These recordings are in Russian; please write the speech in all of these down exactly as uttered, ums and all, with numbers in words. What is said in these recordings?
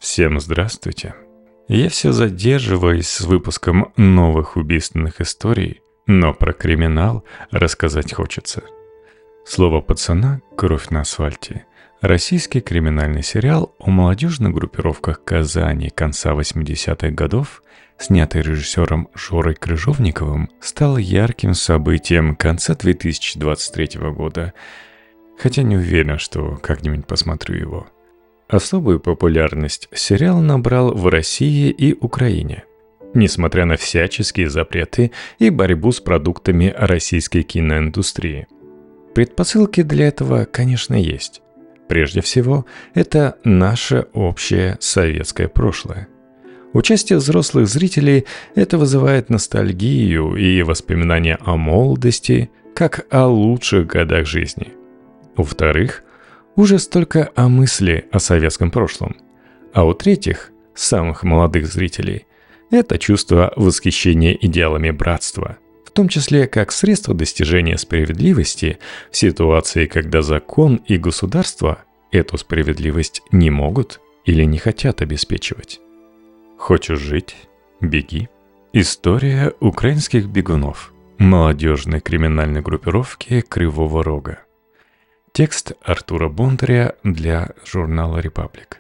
Всем здравствуйте. Я все задерживаюсь с выпуском новых убийственных историй, но про криминал рассказать хочется. «Слово пацана. Кровь на асфальте» — российский криминальный сериал о молодежных группировках Казани конца восьмидесятых годов, снятый режиссером Жорой Крыжовниковым, стал ярким событием конца две тысячи двадцать третьего года, хотя не уверен, что как-нибудь посмотрю его. Особую популярность сериал набрал в России и Украине, несмотря на всяческие запреты и борьбу с продуктами российской киноиндустрии. Предпосылки для этого, конечно, есть. Прежде всего, это наше общее советское прошлое. Участие взрослых зрителей это вызывает ностальгию и воспоминания о молодости, как о лучших годах жизни. Во-вторых, уже столько о мысли о советском прошлом. А у третьих, самых молодых зрителей, это чувство восхищения идеалами братства, в том числе как средство достижения справедливости в ситуации, когда закон и государство эту справедливость не могут или не хотят обеспечивать. Хочешь жить? Беги. История украинских бегунов, молодежной криминальной группировки Кривого Рога. Текст Артура Бондаря для журнала «Репаблик».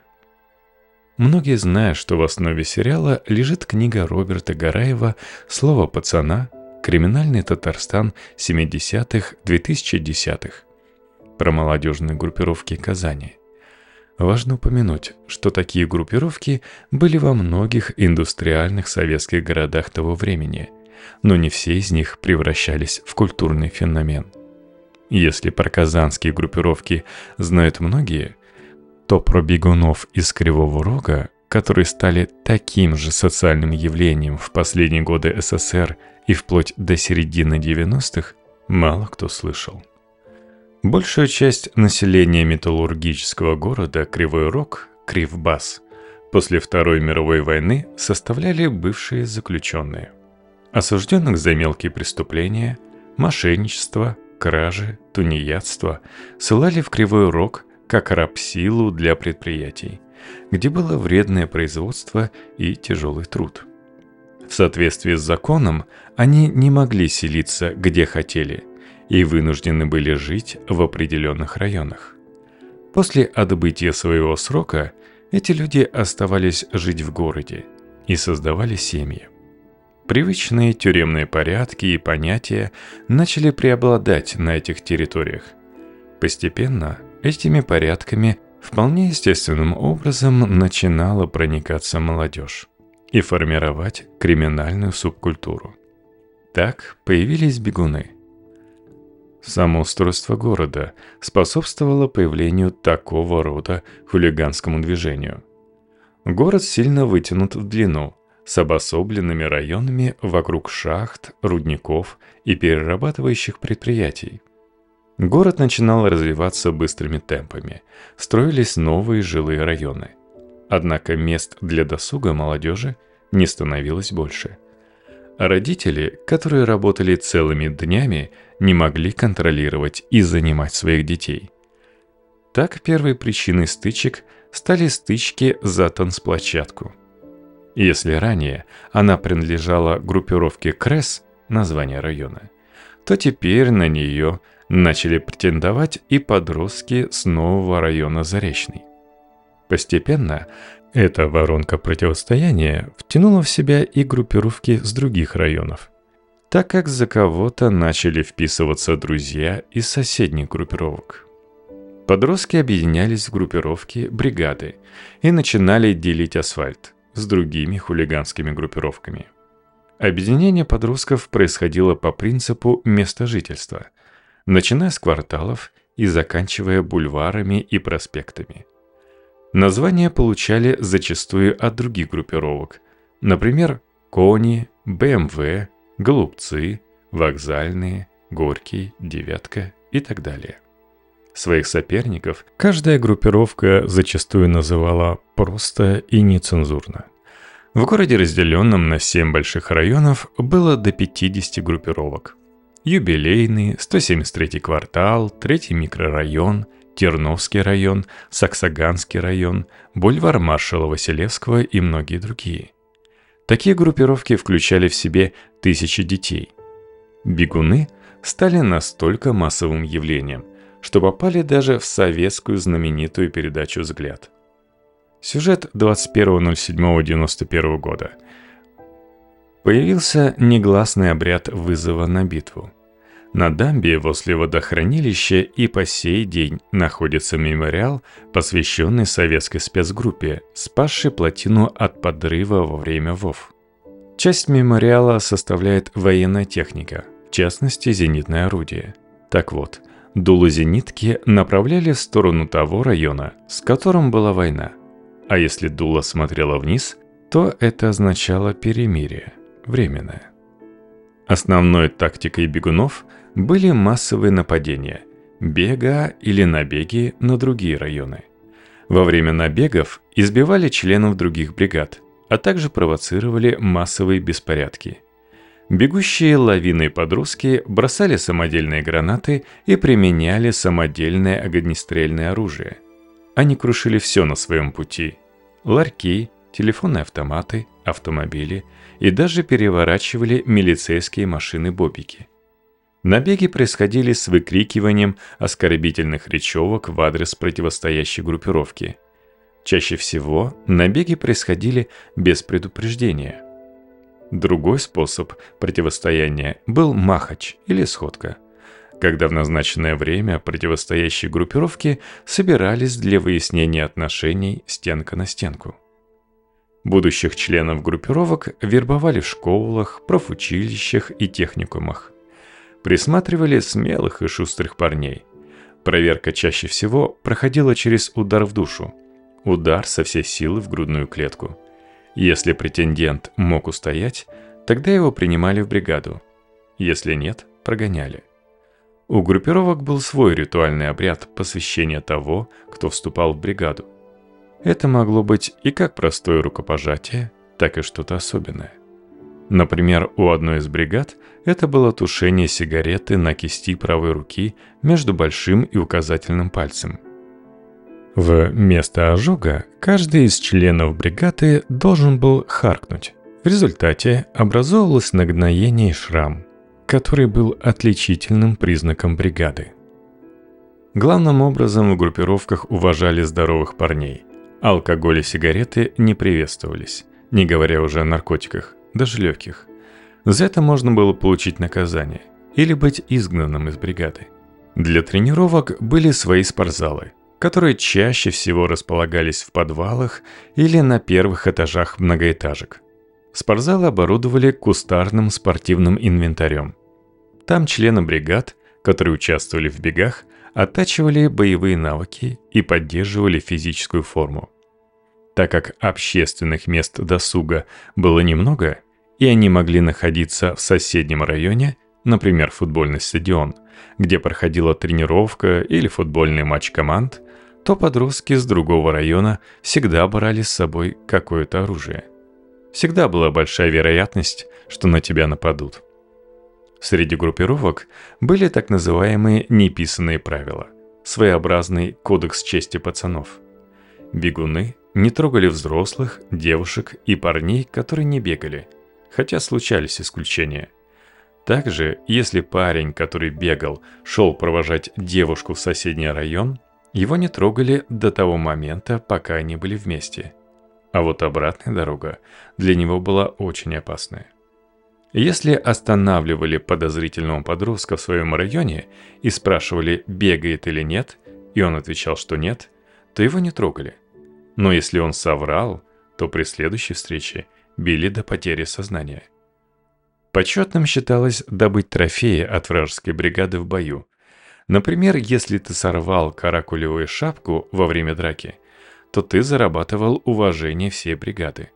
Многие знают, что в основе сериала лежит книга Роберта Гараева «Слово пацана. Криминальный Татарстан семидесятых-две тысячи десятых» про молодежные группировки Казани. Важно упомянуть, что такие группировки были во многих индустриальных советских городах того времени, но не все из них превращались в культурный феномен. Если про казанские группировки знают многие, то про бегунов из Кривого Рога, которые стали таким же социальным явлением в последние годы СССР и вплоть до середины девяностых, мало кто слышал. Большую часть населения металлургического города Кривой Рог, Кривбас, после Второй мировой войны составляли бывшие заключенные. Осужденных за мелкие преступления, мошенничество, кражи, тунеядство ссылали в Кривой Рог как рабсилу для предприятий, где было вредное производство и тяжелый труд. В соответствии с законом они не могли селиться где хотели и вынуждены были жить в определенных районах. После отбытия своего срока эти люди оставались жить в городе и создавали семьи. Привычные тюремные порядки и понятия начали преобладать на этих территориях. Постепенно этими порядками вполне естественным образом начинала проникаться молодежь и формировать криминальную субкультуру. Так появились бегуны. Само устройство города способствовало появлению такого рода хулиганскому движению. Город сильно вытянут в длину, с обособленными районами вокруг шахт, рудников и перерабатывающих предприятий. Город начинал развиваться быстрыми темпами, строились новые жилые районы. Однако мест для досуга молодежи не становилось больше. А родители, которые работали целыми днями, не могли контролировать и занимать своих детей. Так первой причиной стычек стали стычки за танцплощадку. Если ранее она принадлежала группировке КРЭС, название района, то теперь на нее начали претендовать и подростки с нового района Заречный. Постепенно эта воронка противостояния втянула в себя и группировки с других районов, так как за кого-то начали вписываться друзья из соседних группировок. Подростки объединялись в группировки бригады и начинали делить асфальт с другими хулиганскими группировками. Объединение подростков происходило по принципу места жительства, начиная с кварталов и заканчивая бульварами и проспектами. Названия получали зачастую от других группировок, например, Кони, БМВ, Голубцы, Вокзальные, Горький, Девятка и так далее. Своих соперников каждая группировка зачастую называла просто и нецензурно. В городе, разделенном на семь больших районов, было до пятидесяти группировок. Юбилейный, сто семьдесят третий квартал, третий микрорайон, Терновский район, Саксаганский район, бульвар маршала Василевского и многие другие. Такие группировки включали в себе тысячи детей. Бегуны стали настолько массовым явлением, что попали даже в советскую знаменитую передачу «Взгляд». Сюжет двадцать первого ноль седьмого девяносто первого года. Появился негласный обряд вызова на битву. На дамбе возле водохранилища и по сей день находится мемориал, посвященный советской спецгруппе, спасшей плотину от подрыва во время ВОВ. Часть мемориала составляет военная техника, в частности зенитное орудие. Так вот, дуло зенитки направляли в сторону того района, с которым была война. А если дуло смотрело вниз, то это означало перемирие, временное. Основной тактикой бегунов были массовые нападения, бега или набеги на другие районы. Во время набегов избивали членов других бригад, а также провоцировали массовые беспорядки. Бегущие лавиной подростки бросали самодельные гранаты и применяли самодельное огнестрельное оружие. Они крушили все на своем пути – ларьки, телефонные автоматы, автомобили и даже переворачивали милицейские машины-бобики. Набеги происходили с выкрикиванием оскорбительных речевок в адрес противостоящей группировки. Чаще всего набеги происходили без предупреждения. Другой способ противостояния был махач или сходка, когда в назначенное время противостоящие группировки собирались для выяснения отношений стенка на стенку. Будущих членов группировок вербовали в школах, профучилищах и техникумах. Присматривали смелых и шустрых парней. Проверка чаще всего проходила через удар в душу, удар со всей силы в грудную клетку. Если претендент мог устоять, тогда его принимали в бригаду. Если нет, прогоняли. У группировок был свой ритуальный обряд посвящения того, кто вступал в бригаду. Это могло быть и как простое рукопожатие, так и что-то особенное. Например, у одной из бригад это было тушение сигареты на кисти правой руки между большим и указательным пальцем. В место ожога каждый из членов бригады должен был харкнуть. В результате образовывалось нагноение и шрам, который был отличительным признаком бригады. Главным образом в группировках уважали здоровых парней. Алкоголь и сигареты не приветствовались, не говоря уже о наркотиках, даже легких. За это можно было получить наказание или быть изгнанным из бригады. Для тренировок были свои спортзалы, которые чаще всего располагались в подвалах или на первых этажах многоэтажек. Спортзалы оборудовали кустарным спортивным инвентарем. Там члены бригад, которые участвовали в бегах, оттачивали боевые навыки и поддерживали физическую форму. Так как общественных мест досуга было немного, и они могли находиться в соседнем районе, например, футбольный стадион, где проходила тренировка или футбольный матч команд, то подростки с другого района всегда брали с собой какое-то оружие. Всегда была большая вероятность, что на тебя нападут. Среди группировок были так называемые неписанные правила, своеобразный кодекс чести пацанов. Бегуны не трогали взрослых, девушек и парней, которые не бегали, хотя случались исключения. Также, если парень, который бегал, шел провожать девушку в соседний район, его не трогали до того момента, пока они были вместе. А вот обратная дорога для него была очень опасная. Если останавливали подозрительного подростка в своем районе и спрашивали, бегает или нет, и он отвечал, что нет, то его не трогали. Но если он соврал, то при следующей встрече били до потери сознания. Почетным считалось добыть трофеи от вражеской бригады в бою. Например, если ты сорвал каракулевую шапку во время драки, то ты зарабатывал уважение всей бригады.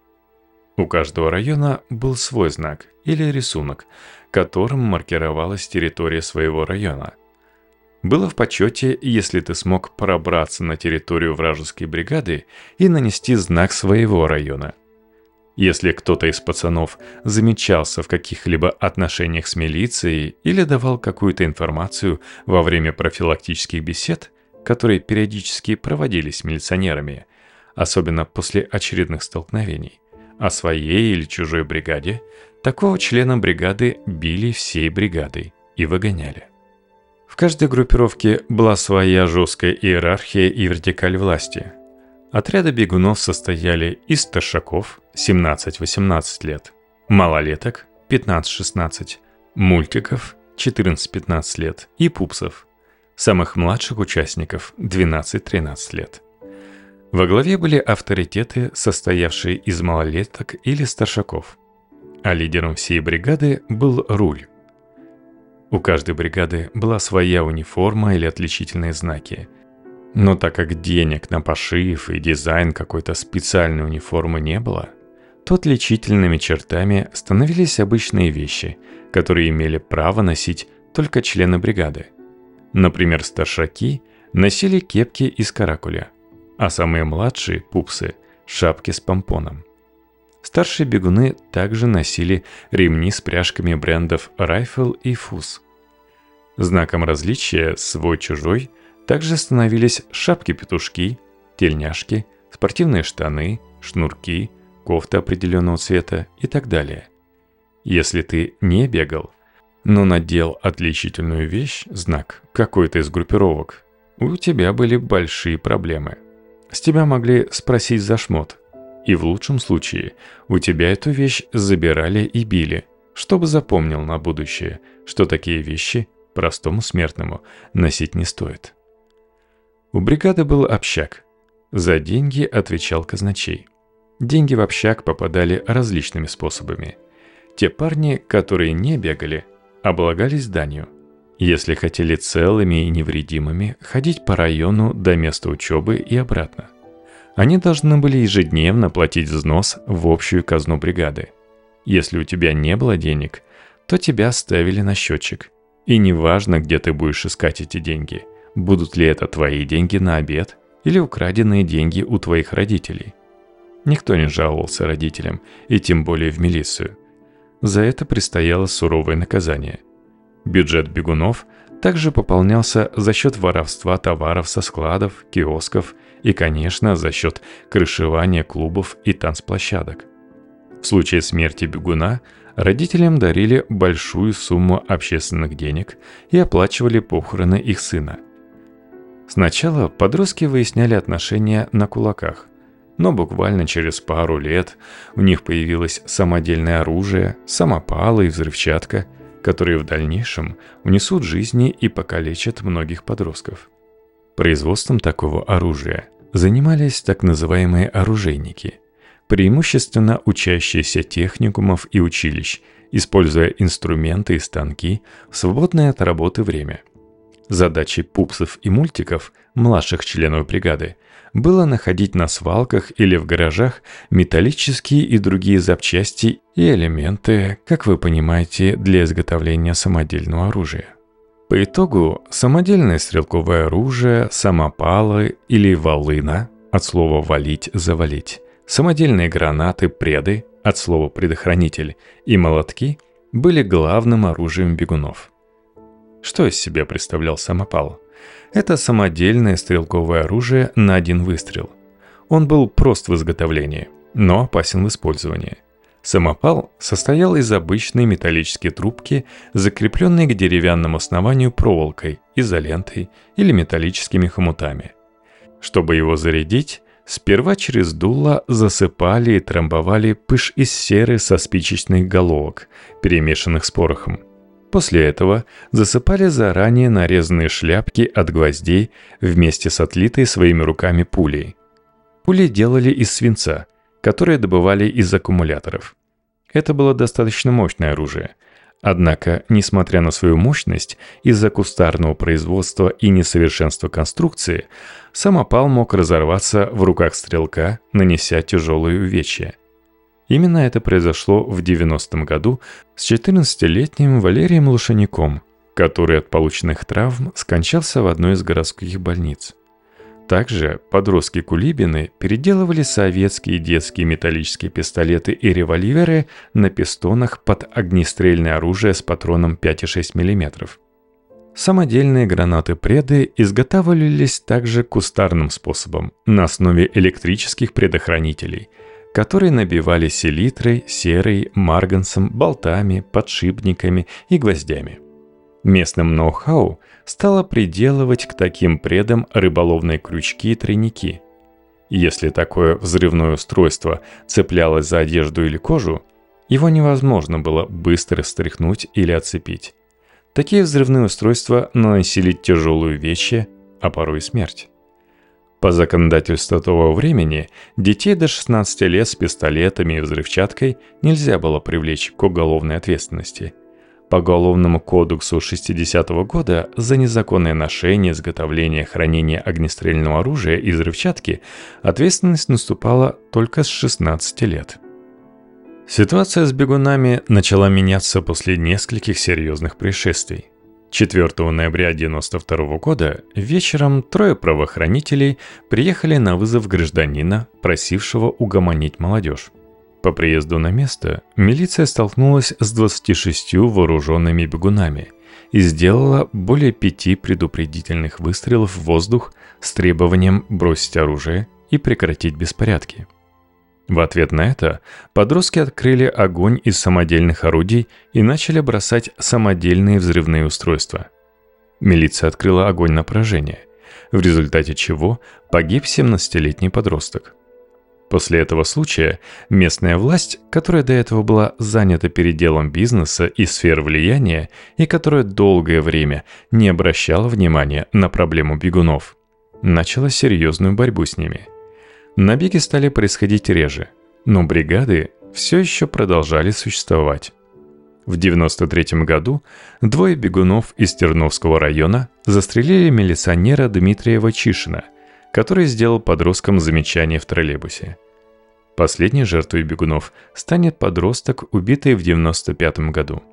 У каждого района был свой знак или рисунок, которым маркировалась территория своего района. Было в почете, если ты смог пробраться на территорию вражеской бригады и нанести знак своего района. Если кто-то из пацанов замечался в каких-либо отношениях с милицией или давал какую-то информацию во время профилактических бесед, которые периодически проводились милиционерами, особенно после очередных столкновений, о своей или чужой бригаде, такого члена бригады били всей бригадой и выгоняли. В каждой группировке была своя жесткая иерархия и вертикаль власти. Отряды бегунов состояли из старшаков семнадцать-восемнадцать лет, малолеток пятнадцать-шестнадцать, мультиков четырнадцать-пятнадцать лет и пупсов, самых младших участников двенадцать-тринадцать лет. Во главе были авторитеты, состоявшие из малолеток или старшаков, а лидером всей бригады был руль. У каждой бригады была своя униформа или отличительные знаки. Но так как денег на пошив и дизайн какой-то специальной униформы не было, то отличительными чертами становились обычные вещи, которые имели право носить только члены бригады. Например, старшаки носили кепки из каракуля, а самые младшие пупсы – шапки с помпоном. Старшие бегуны также носили ремни с пряжками брендов Райфл и Фус. Знаком различия свой-чужой также становились шапки-петушки, тельняшки, спортивные штаны, шнурки, кофта определенного цвета и так далее. Если ты не бегал, но надел отличительную вещь, знак какой-то из группировок, у тебя были большие проблемы. С тебя могли спросить за шмот, и в лучшем случае у тебя эту вещь забирали и били, чтобы запомнил на будущее, что такие вещи простому смертному носить не стоит. У бригады был общак. За деньги отвечал казначей. Деньги в общак попадали различными способами. Те парни, которые не бегали, облагались данью. Если хотели целыми и невредимыми ходить по району до места учебы и обратно, они должны были ежедневно платить взнос в общую казну бригады. Если у тебя не было денег, то тебя ставили на счетчик. И неважно, где ты будешь искать эти деньги, будут ли это твои деньги на обед или украденные деньги у твоих родителей. Никто не жаловался родителям, и тем более в милицию. За это предстояло суровое наказание. Бюджет бегунов также пополнялся за счет воровства товаров со складов, киосков и, конечно, за счет крышевания клубов и танцплощадок. В случае смерти бегуна родителям дарили большую сумму общественных денег и оплачивали похороны их сына. Сначала подростки выясняли отношения на кулаках, но буквально через пару лет у них появилось самодельное оружие, самопалы и взрывчатка, которые в дальнейшем унесут жизни и покалечат многих подростков. Производством такого оружия занимались так называемые оружейники, преимущественно учащиеся техникумов и училищ, используя инструменты и станки в свободное от работы время. Задачей пупсов и мультиков, младших членов бригады, было находить на свалках или в гаражах металлические и другие запчасти и элементы, как вы понимаете, для изготовления самодельного оружия. По итогу самодельное стрелковое оружие, самопалы или волына, от слова «валить», «завалить», самодельные гранаты, преды, от слова «предохранитель», и молотки были главным оружием бегунов. Что из себя представлял самопал? Это самодельное стрелковое оружие на один выстрел. Он был прост в изготовлении, но опасен в использовании. Самопал состоял из обычной металлической трубки, закрепленной к деревянному основанию проволокой, изолентой или металлическими хомутами. Чтобы его зарядить, сперва через дуло засыпали и трамбовали пыш из серы со спичечных головок, перемешанных с порохом. После этого засыпали заранее нарезанные шляпки от гвоздей вместе с отлитой своими руками пулей. Пули делали из свинца, которые добывали из аккумуляторов. Это было достаточно мощное оружие. Однако, несмотря на свою мощность, из-за кустарного производства и несовершенства конструкции, самопал мог разорваться в руках стрелка, нанеся тяжелые увечья. Именно это произошло в девяностом году с четырнадцатилетним Валерием Лушаняком, который от полученных травм скончался в одной из городских больниц. Также подростки-кулибины переделывали советские детские металлические пистолеты и револьверы на пистонах под огнестрельное оружие с патроном пять и шесть миллиметров. Самодельные гранаты-преды изготавливались также кустарным способом на основе электрических предохранителей, которые набивали селитрой, серой, марганцем, болтами, подшипниками и гвоздями. Местным ноу-хау стало приделывать к таким предам рыболовные крючки и тройники. Если такое взрывное устройство цеплялось за одежду или кожу, его невозможно было быстро стряхнуть или отцепить. Такие взрывные устройства наносили тяжелые увечья, а порой и смерть. По законодательству того времени детей до шестнадцати лет с пистолетами и взрывчаткой нельзя было привлечь к уголовной ответственности. По Уголовному кодексу шестидесятого года за незаконное ношение, изготовление, хранение огнестрельного оружия и взрывчатки ответственность наступала только с шестнадцати лет. Ситуация с бегунами начала меняться после нескольких серьезных происшествий. четвёртого ноября девяносто второго года вечером трое правоохранителей приехали на вызов гражданина, просившего угомонить молодежь. По приезду на место милиция столкнулась с двадцатью шестью вооруженными бегунами и сделала более пяти предупредительных выстрелов в воздух с требованием бросить оружие и прекратить беспорядки. В ответ на это подростки открыли огонь из самодельных орудий и начали бросать самодельные взрывные устройства. Милиция открыла огонь на поражение, в результате чего погиб семнадцатилетний подросток. После этого случая местная власть, которая до этого была занята переделом бизнеса и сфер влияния и которая долгое время не обращала внимания на проблему бегунов, начала серьезную борьбу с ними. Набеги стали происходить реже, но бригады все еще продолжали существовать. В девяносто третьем году двое бегунов из Терновского района застрелили милиционера Дмитрия Вачишина, который сделал подросткам замечание в троллейбусе. Последней жертвой бегунов станет подросток, убитый в девяносто пятом году.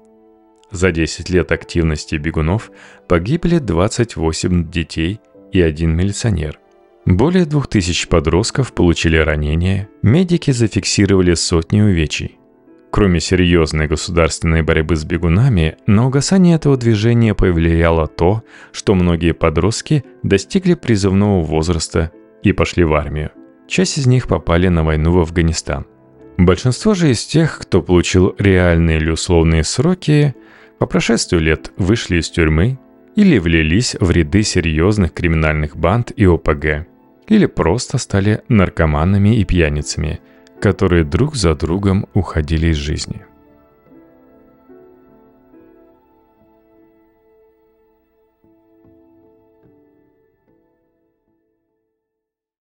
За десять лет активности бегунов погибли двадцать восемь детей и один милиционер. Более двух тысяч подростков получили ранения, медики зафиксировали сотни увечий. Кроме серьезной государственной борьбы с бегунами, на угасание этого движения повлияло то, что многие подростки достигли призывного возраста и пошли в армию. Часть из них попали на войну в Афганистан. Большинство же из тех, кто получил реальные или условные сроки, по прошествию лет вышли из тюрьмы или влились в ряды серьезных криминальных банд и о пэ гэ, или просто стали наркоманами и пьяницами, которые друг за другом уходили из жизни.